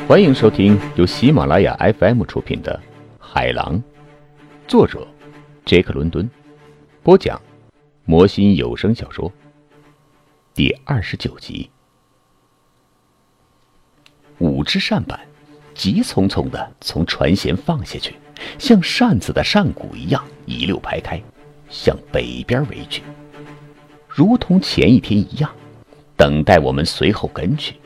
欢迎收听由喜马拉雅 FM 出品的《海狼》，作者杰克·伦敦，播讲魔心有声小说，第29集。5只扇板急匆匆地从船舷放下去，像扇子的扇骨一样一溜排开，向北边围去，如同前一天一样，等待我们随后跟去。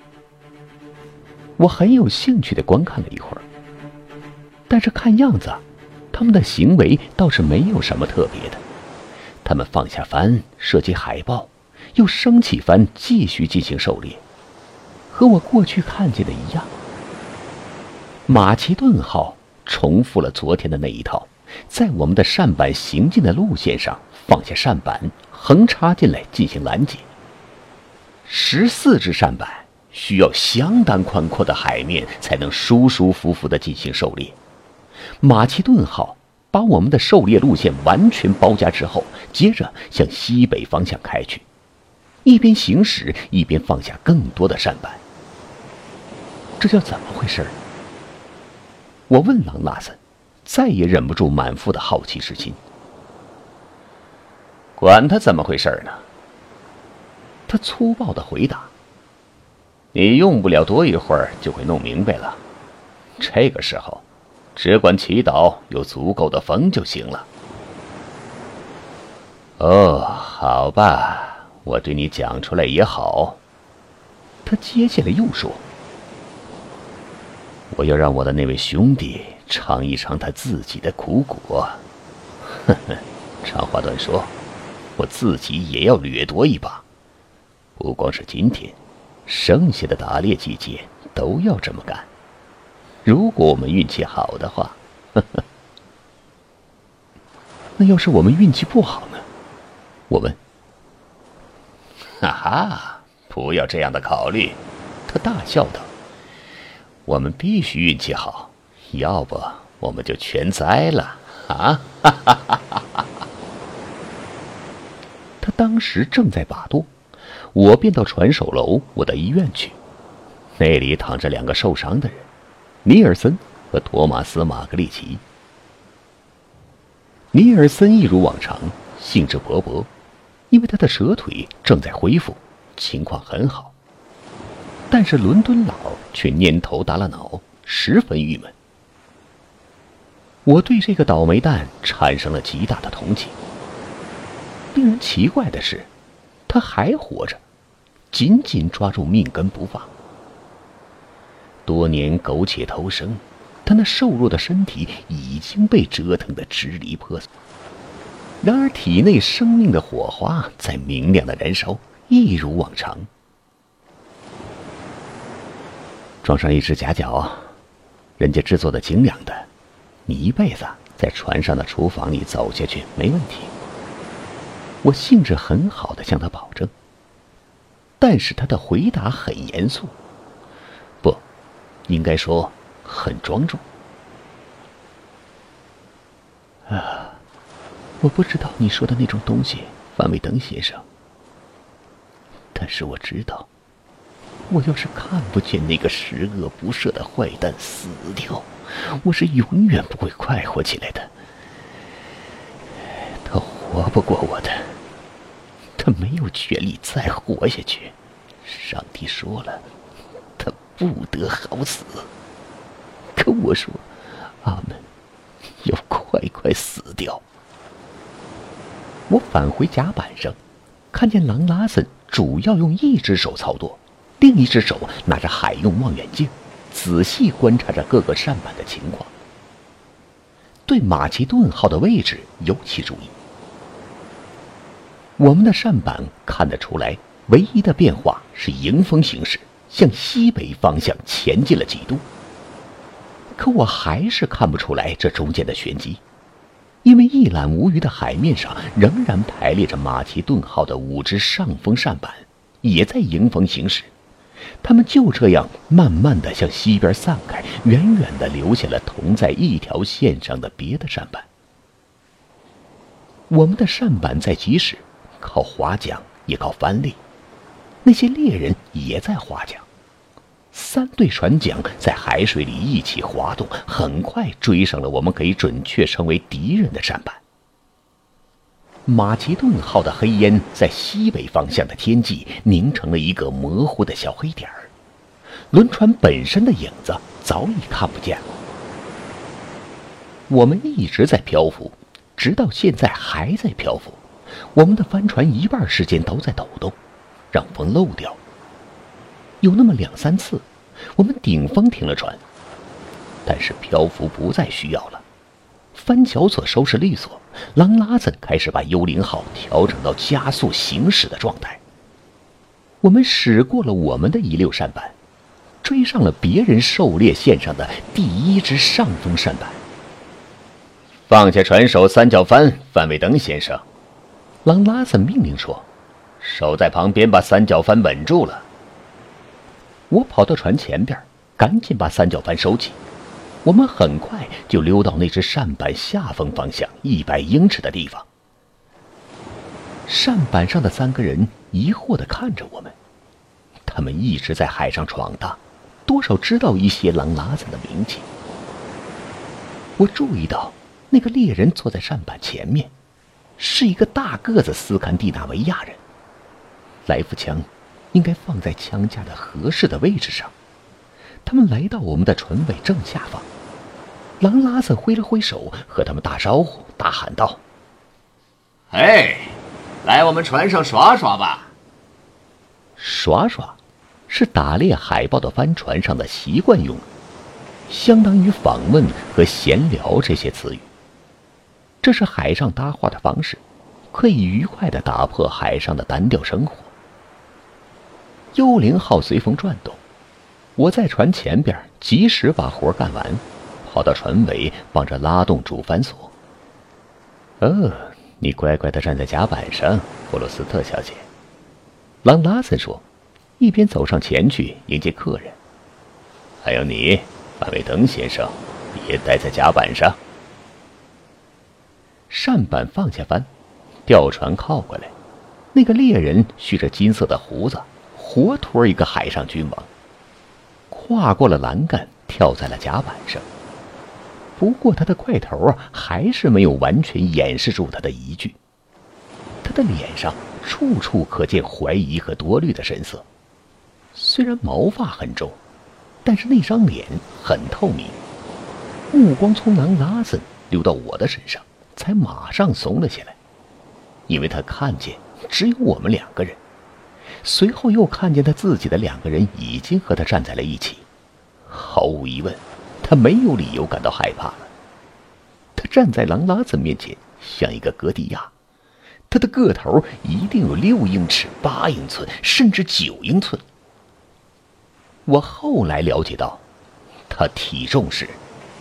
我很有兴趣地观看了一会儿，但是看样子他们的行为倒是没有什么特别的。他们放下帆，射击海豹，又升起帆继续进行狩猎，和我过去看见的一样。马其顿号重复了昨天的那一套，在我们的扇板行进的路线上放下扇板，横插进来进行拦截。14只扇板需要相当宽阔的海面才能舒舒服服地进行狩猎。马其顿号把我们的狩猎路线完全包夹之后，接着向西北方向开去，一边行驶一边放下更多的扇板。这叫怎么回事？我问朗拉森，再也忍不住满腹的好奇之心。管他怎么回事呢？他粗暴地回答，你用不了多一会儿就会弄明白了。这个时候只管祈祷有足够的风就行了。哦，好吧，我对你讲出来也好。他接下来又说，我要让我的那位兄弟尝一尝他自己的苦果。呵呵，长话短说，我自己也要掠夺一把。不光是今天，剩下的打猎季节都要这么干。如果我们运气好的话，呵呵。那要是我们运气不好呢？我问。哈哈，不要这样的考虑，他大笑道。我们必须运气好，要不我们就全栽了啊！哈哈哈哈哈！他当时正在把舵，我便到船首楼我的医院去。那里躺着2个受伤的人，尼尔森和托马斯·马格利奇。尼尔森一如往常，兴致勃勃，因为他的蛇腿正在恢复，情况很好。但是伦敦佬却蔫头耷拉脑，十分郁闷。我对这个倒霉蛋产生了极大的同情。令人奇怪的是，他还活着，紧紧抓住命根不放。多年苟且偷生，他那瘦弱的身体已经被折腾得支离破碎，然而体内生命的火花在明亮的燃烧，一如往常。装上一只夹角，人家制作的精良的，你一辈子在船上的厨房里走下去没问题。我兴致很好地向他保证，但是他的回答很严肃，不，应该说很庄重。我不知道你说的那种东西，范伟登先生，但是我知道，我要是看不见那个十恶不赦的坏蛋死掉，我是永远不会快活起来的。他活不过我的，他没有权利再活下去。上帝说了，他不得好死。可我说，阿门，要快快死掉。我返回甲板上，看见朗拉森主要用一只手操作，另一只手拿着海用望远镜，仔细观察着各个扇板的情况。对马其顿号的位置尤其注意。我们的扇板看得出来，唯一的变化是迎风行驶，向西北方向前进了几度。可我还是看不出来这中间的玄机，因为一览无余的海面上仍然排列着马其顿号的5只上风扇板，也在迎风行驶。它们就这样慢慢地向西边散开，远远地留下了同在一条线上的别的扇板。我们的扇板在即时靠划桨，也靠帆力，那些猎人也在划桨。 3对船桨在海水里一起滑动，很快追上了我们可以准确称为敌人的舢板。马其顿号的黑烟在西北方向的天际凝成了一个模糊的小黑点儿，轮船本身的影子早已看不见了。我们一直在漂浮，直到现在还在漂浮。我们的帆船一半时间都在抖动，让风漏掉。有那么2、3次，我们顶风停了船，但是漂浮不再需要了。帆桥所收拾利索，狼拉森开始把幽灵号调整到加速行驶的状态。我们驶过了我们的一溜舢板，追上了别人狩猎线上的第1只上风舢板。放下船手3角帆，范伟登先生，狼拉森命令说，守在旁边把3角帆稳住了。我跑到船前边，赶紧把3角帆收起。我们很快就溜到那只舢板下风方向100英尺的地方。舢板上的3个人疑惑地看着我们，他们一直在海上闯荡，多少知道一些狼拉森的名气。我注意到那个猎人坐在舢板前面，是一个大个子斯堪的纳维亚人。来福枪应该放在枪架的合适的位置上。他们来到我们的船尾正下方，狼拉森挥了挥手和他们打招呼，大喊道：“ 哎，来我们船上耍耍吧！” 耍耍是打猎海豹的帆船上的习惯用语，相当于访问和闲聊这些词语。这是海上搭话的方式，可以愉快地打破海上的单调生活。幽灵号随风转动，我在船前边及时把活干完，跑到船尾帮着拉动主帆索。你乖乖地站在甲板上，弗洛斯特小姐，朗拉森说，一边走上前去迎接客人。还有你，范伟登先生，也待在甲板上。舢板放下帆，吊船靠过来，那个猎人蓄着金色的胡子，活脱一个海上君王，跨过了栏杆，跳在了甲板上。不过他的块头还是没有完全掩饰住他的疑惧，他的脸上处处可见怀疑和多虑的神色。虽然毛发很重，但是那张脸很透明。目光从狼拉森溜到我的身上，才马上怂了下来，因为他看见只有我们2个人，随后又看见他自己的2个人已经和他站在了一起。毫无疑问，他没有理由感到害怕了。他站在狼拉森面前像一个哥迪亚，他的个头一定有6英尺、8英寸，甚至9英寸。我后来了解到，他体重是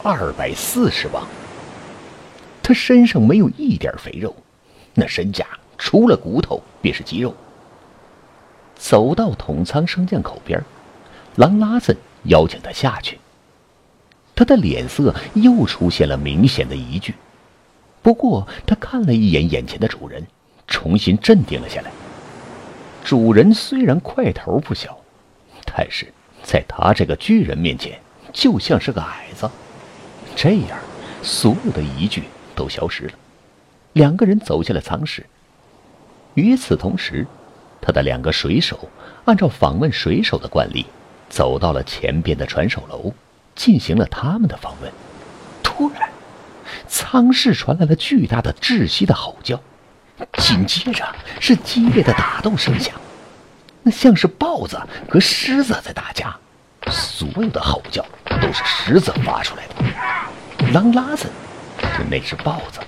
240磅。他身上没有一点肥肉，那身价除了骨头便是肌肉。走到统仓升降口边，狼拉森邀请他下去。他的脸色又出现了明显的疑惧，不过他看了一眼眼前的主人，重新镇定了下来。主人虽然块头不小，但是在他这个巨人面前就像是个矮子。这样所有的疑惧都消失了。2个人走进了舱室。与此同时，他的2个水手按照访问水手的惯例，走到了前边的船首楼，进行了他们的访问。突然，舱室传来了巨大的窒息的吼叫，紧接着是激烈的打斗声响，那像是豹子和狮子在打架。所有的吼叫都是狮子发出来的，狼拉森是那只豹子。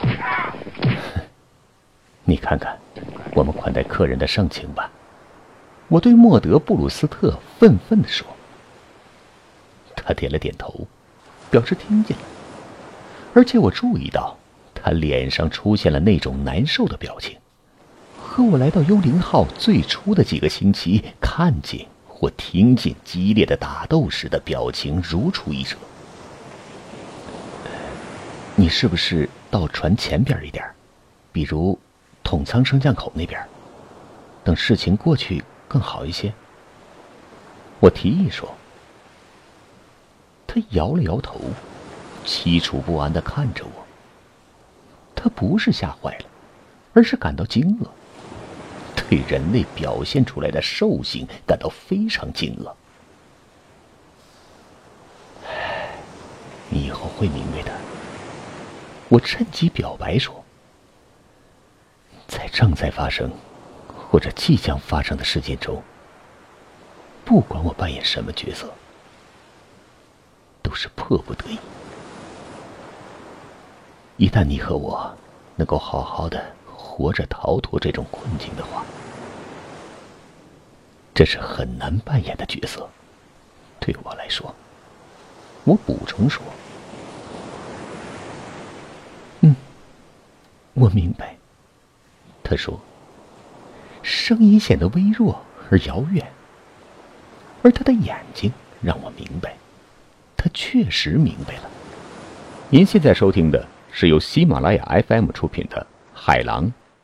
你看看我们款待客人的盛情吧，我对莫德布鲁斯特愤愤地说。他点了点头，表示听见了，而且我注意到他脸上出现了那种难受的表情，和我来到幽灵号最初的几个星期看见或听见激烈的打斗时的表情如出一辙。你是不是到船前边一点，比如统仓升降口那边，等事情过去更好一些？我提议说， 他摇了摇头，踟蹰不安地看着我。他不是吓坏了，而是感到惊愕，对人类表现出来的兽性感到非常惊愕。你以后会明白的，我趁机表白说，在正在发生或者即将发生的事件中，不管我扮演什么角色，都是迫不得已。一旦你和我能够好好的活着逃脱这种困境的话，这是很难扮演的角色。对我来说，我补充说，我明白。他说，声音显得微弱而遥远，而他的眼睛让我明白，他确实明白了。您现在收听的是由喜马拉雅 FM 出品的《海狼》。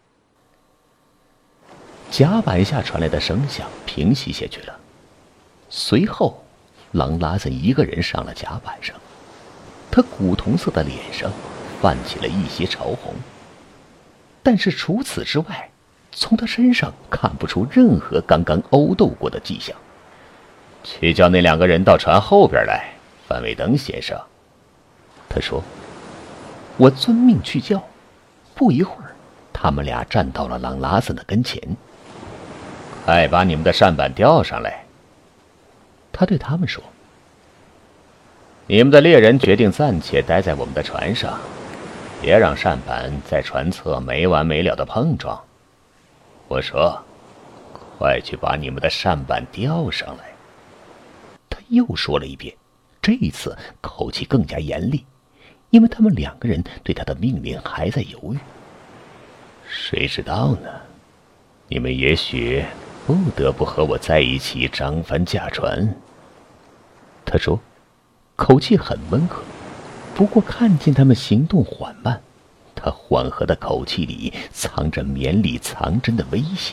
甲板下传来的声响平息下去了，随后狼拉森一个人上了甲板上，他古铜色的脸上泛起了一些潮红，但是除此之外，从他身上看不出任何刚刚殴斗过的迹象。去叫那两个人到船后边来，范伟登先生。他说。我遵命去叫，不一会儿，他们俩站到了朗拉森的跟前。快把你们的扇板吊上来，他对他们说。你们的猎人决定暂且待在我们的船上，别让扇板在船侧没完没了的碰撞。我说，快去把你们的扇板吊上来。他又说了一遍，这一次口气更加严厉，因为他们两个人对他的命令还在犹豫。谁知道呢？你们也许不得不和我在一起张帆驾船。他说，口气很温和，不过看见他们行动缓慢，他缓和的口气里藏着绵里藏针的威胁。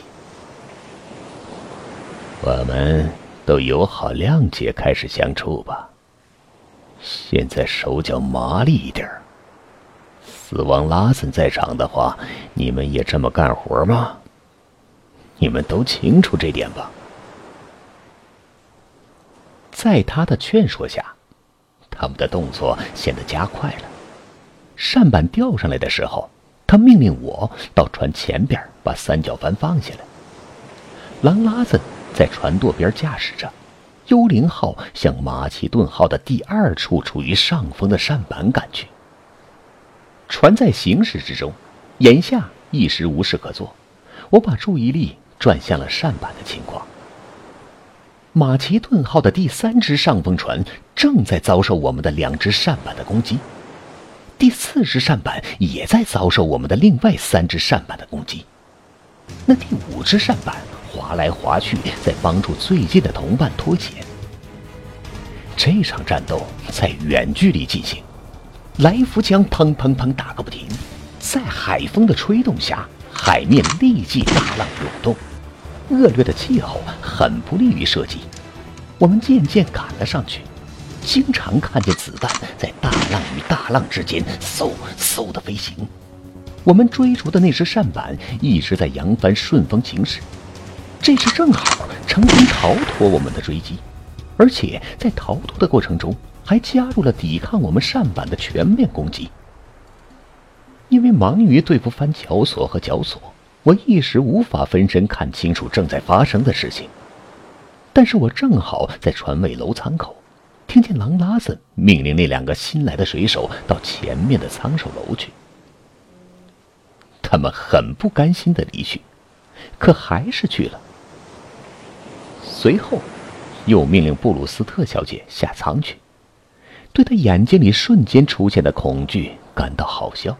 我们都友好谅解开始相处吧，现在手脚麻利一点。死亡拉森在场的话，你们也这么干活吗？你们都清楚这点吧？在他的劝说下，他们的动作显得加快了。扇板吊上来的时候，他命令我到船前边把三角帆放下来。狼拉森在船舵边驾驶着，幽灵号向马其顿号的第二处处于上风的扇板赶去。船在行驶之中，眼下一时无事可做，我把注意力转向了扇板的情况。马其顿号的第三只上风船正在遭受我们的两只扇板的攻击，第四只扇板也在遭受我们的另外三只扇板的攻击。那第五只扇板划来划去，在帮助最近的同伴脱险。这场战斗在远距离进行，来福枪砰砰砰打个不停，在海风的吹动下，海面立即大浪涌动。恶劣的气候很不利于射击，我们渐渐赶了上去，经常看见子弹在大浪与大浪之间嗖嗖地飞行。我们追逐的那只扇板一直在扬帆顺风行驶，这次正好成功逃脱我们的追击，而且在逃脱的过程中还加入了抵抗我们扇板的全面攻击。因为忙于对付帆桥索和绞索，我一时无法分身看清楚正在发生的事情。但是我正好在船尾楼舱口，听见狼拉森命令那两个新来的水手到前面的舱手楼去。他们很不甘心地离去，可还是去了。随后又命令布鲁斯特小姐下舱去，对她眼睛里瞬间出现的恐惧感到好笑。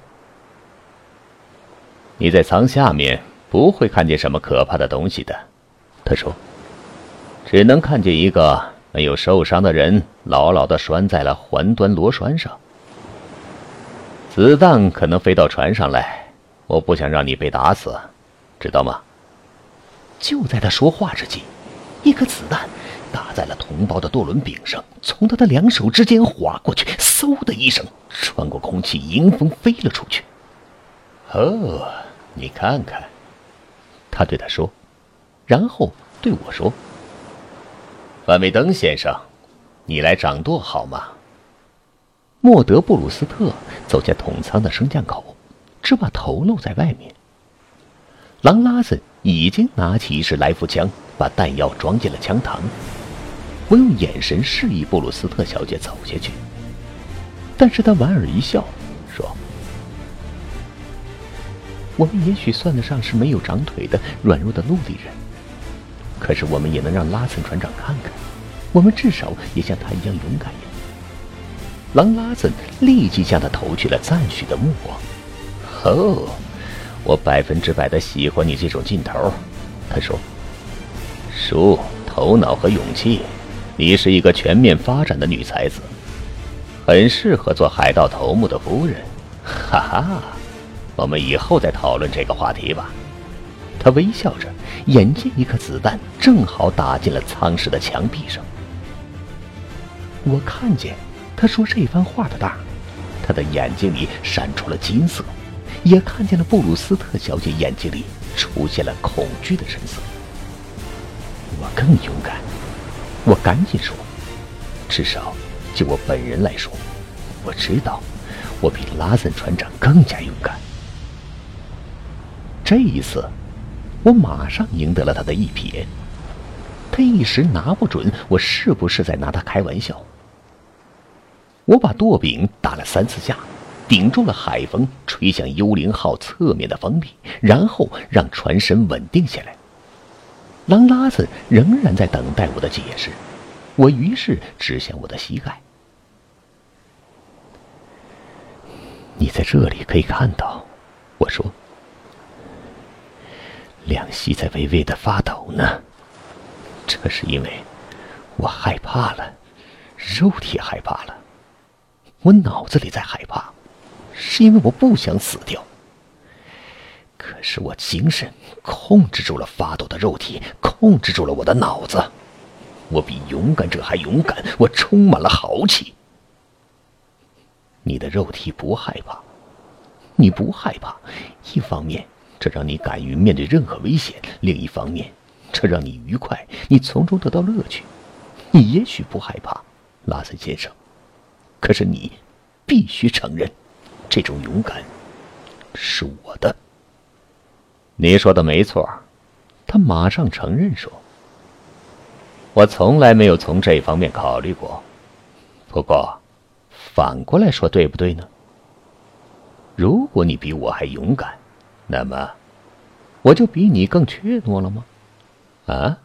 你在舱下面不会看见什么可怕的东西的，他说，只能看见一个没有受伤的人牢牢地拴在了环端螺栓上。子弹可能飞到船上来，我不想让你被打死，知道吗？就在他说话之际，一颗子弹打在了同胞的舵轮柄上，从他的两手之间划过去，嗖的一声，穿过空气，迎风飞了出去。哦，你看看，他对他说，然后对我说：“范维登先生，你来掌舵好吗？”莫德布鲁斯特走进统仓的升降口，只把头露在外面。狼拉森已经拿起一支来福枪，把弹药装进了枪膛。我用眼神示意布鲁斯特小姐走下去，但是她莞尔一笑，说：“我们也许算得上是没有长腿的软弱的陆地人，可是我们也能让拉森船长看看，我们至少也像他一样勇敢呀。”狼拉森立即向他投去了赞许的目光。哦，我100%的喜欢你这种劲头，他说。书、头脑和勇气，你是一个全面发展的女才子，很适合做海盗头目的夫人。哈哈，我们以后再讨论这个话题吧。他微笑着，眼见一颗子弹正好打进了舱室的墙壁上。我看见他说这番话的当儿，他的眼睛里闪出了金色，也看见了布鲁斯特小姐眼睛里出现了恐惧的神色。我更勇敢，我赶紧说，至少就我本人来说，我知道我比拉森船长更加勇敢。这一次我马上赢得了他的一瞥，他一时拿不准我是不是在拿他开玩笑。我把舵柄打了3次架，顶住了海风吹向幽灵号侧面的风力，然后让船身稳定下来。狼拉森仍然在等待我的解释，我于是指向我的膝盖。你在这里可以看到，我说，两膝在微微的发抖呢。这是因为我害怕了，肉体害怕了，我脑子里在害怕，是因为我不想死掉。可是我精神控制住了发抖的肉体，控制住了我的脑子。我比勇敢者还勇敢，我充满了豪气。你的肉体不害怕，你不害怕，一方面这让你敢于面对任何危险，另一方面这让你愉快，你从中得到乐趣。你也许不害怕，拉森先生，可是你必须承认，这种勇敢是我的。你说的没错，他马上承认说，我从来没有从这方面考虑过。不过反过来说，对不对呢？如果你比我还勇敢，那么我就比你更怯懦了吗？啊？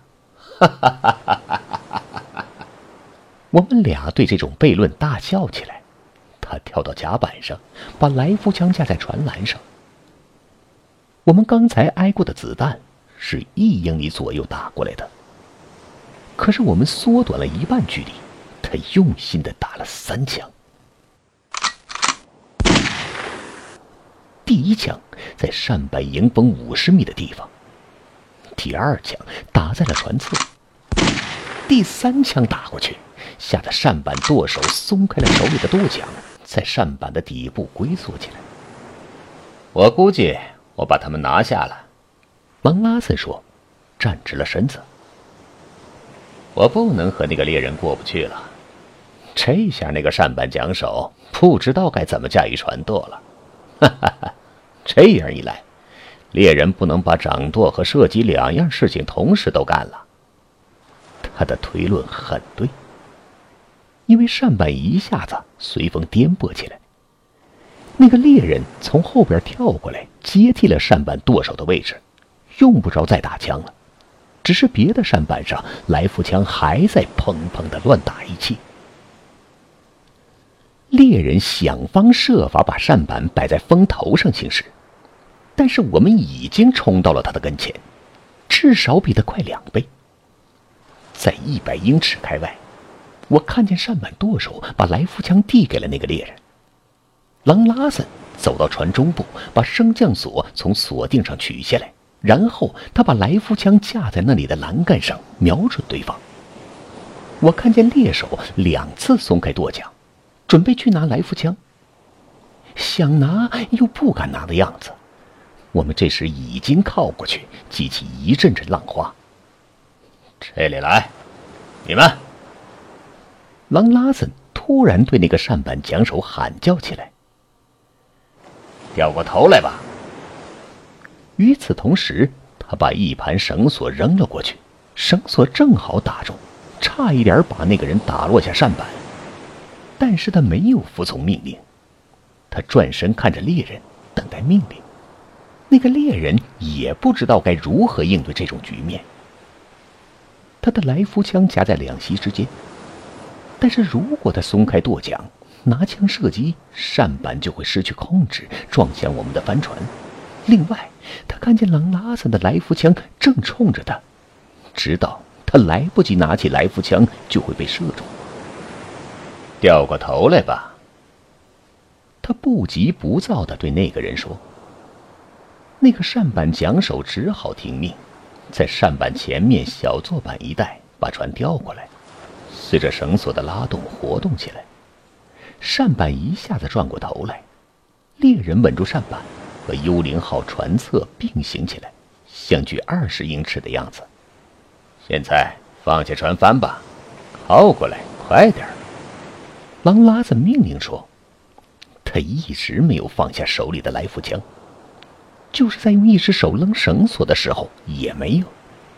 我们俩对这种悖论大笑起来。他跳到甲板上，把来福枪架在船栏上。我们刚才挨过的子弹是1英里左右打过来的，可是我们缩短了一半距离。他用心地打了3枪。第1枪在扇板迎风50米的地方，第2枪打在了船侧，第3枪打过去，吓得扇板舵手松开了手里的舵桨，在扇板的底部龟缩起来。我估计我把他们拿下了，狼拉森说，站直了身子。我不能和那个猎人过不去了，这下那个扇板桨手不知道该怎么驾驭船舵了。哈哈哈，这样一来，猎人不能把掌舵和射击2样事情同时都干了。他的推论很对，因为扇板一下子随风颠簸起来，那个猎人从后边跳过来，接替了扇板舵手的位置，用不着再打枪了。只是别的扇板上来福枪还在砰砰地乱打一气。猎人想方设法把扇板摆在风头上行驶，但是我们已经冲到了他的跟前，至少比他快2倍。在100英尺开外，我看见扇板舵手把来福枪递给了那个猎人。狼拉森走到船中部，把升降锁从锁定上取下来，然后他把来福枪架在那里的栏杆上，瞄准对方。 我看见猎手2次松开舵桨，准备去拿来福枪，想拿又不敢拿的样子。我们这时已经靠过去，激起一阵阵浪花。 这里来，你们！ 狼拉森突然对那个扇板桨手喊叫起来：“ 掉过头来吧！” 与此同时，他把一盘绳索扔了过去，绳索正好打中，差一点把那个人打落下扇板。但是他没有服从命令，他转身看着猎人，等待命令。那个猎人也不知道该如何应对这种局面。他的来福枪夹在2膝之间，但是如果他松开舵桨，拿枪射击，扇板就会失去控制，撞向我们的帆船。另外，他看见狼拉森的来福枪正冲着他，知道他来不及拿起来福枪就会被射中。 掉过头来吧！ 他不急不躁地对那个人说。那个扇板桨手只好听命，在扇板前面小坐板一带把船调过来，随着绳索的拉动活动起来。扇板一下子转过头来，猎人稳住扇板，和幽灵号船侧并行起来，相距20英尺的样子。 现在放下船帆吧，靠过来，快点！ 狼拉森命令说。他一直没有放下手里的来福枪，就是在用一只手扔绳索的时候也没有。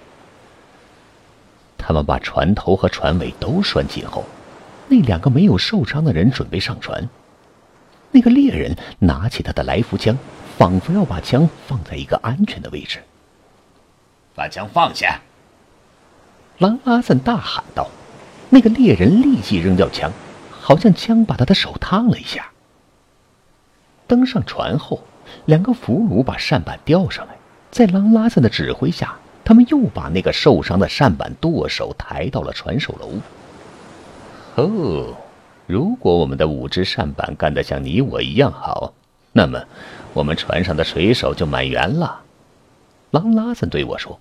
他们把船头和船尾都拴紧后，那2个没有受伤的人准备上船。那个猎人拿起他的来福枪，仿佛要把枪放在一个安全的位置。 把枪放下！ 狼拉森大喊道。那个猎人立即扔掉枪，好像枪把他的手烫了一下。登上船后，2个俘虏把扇板吊上来，在狼拉森的指挥下，他们又把那个受伤的扇板舵手抬到了船首楼。 哦，如果我们的5只扇板干得像你我一样好，那么我们船上的水手就满员了。 狼拉森对我说。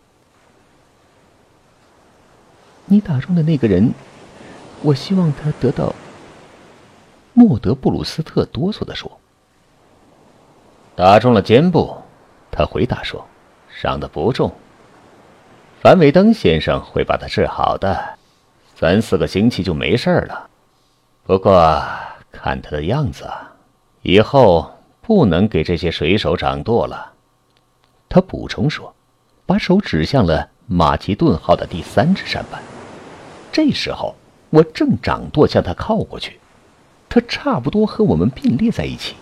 你打中的那个人，我希望他得到。莫德布鲁斯特哆嗦地说。 打中了肩部，他回答说，伤得不重。范伟登先生会把他治好的，3、4个星期就没事了。不过看他的样子，以后不能给这些水手掌舵了。 他补充说，把手指向了马其顿号的第3只扇板。这时候我正掌舵向他靠过去，他差不多和我们并列在一起。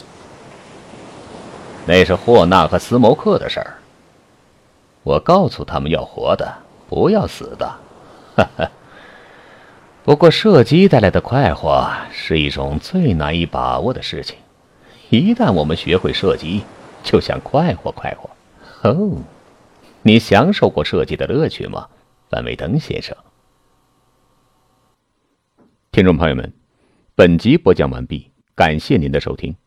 那是霍纳和斯谋克的事儿。我告诉他们要活的，不要死的。哈哈。不过射击带来的快活是一种最难以把握的事情。一旦我们学会射击，就想快活快活。哦，你享受过射击的乐趣吗，范伟登先生？ 听众朋友们，本集播讲完毕，感谢您的收听。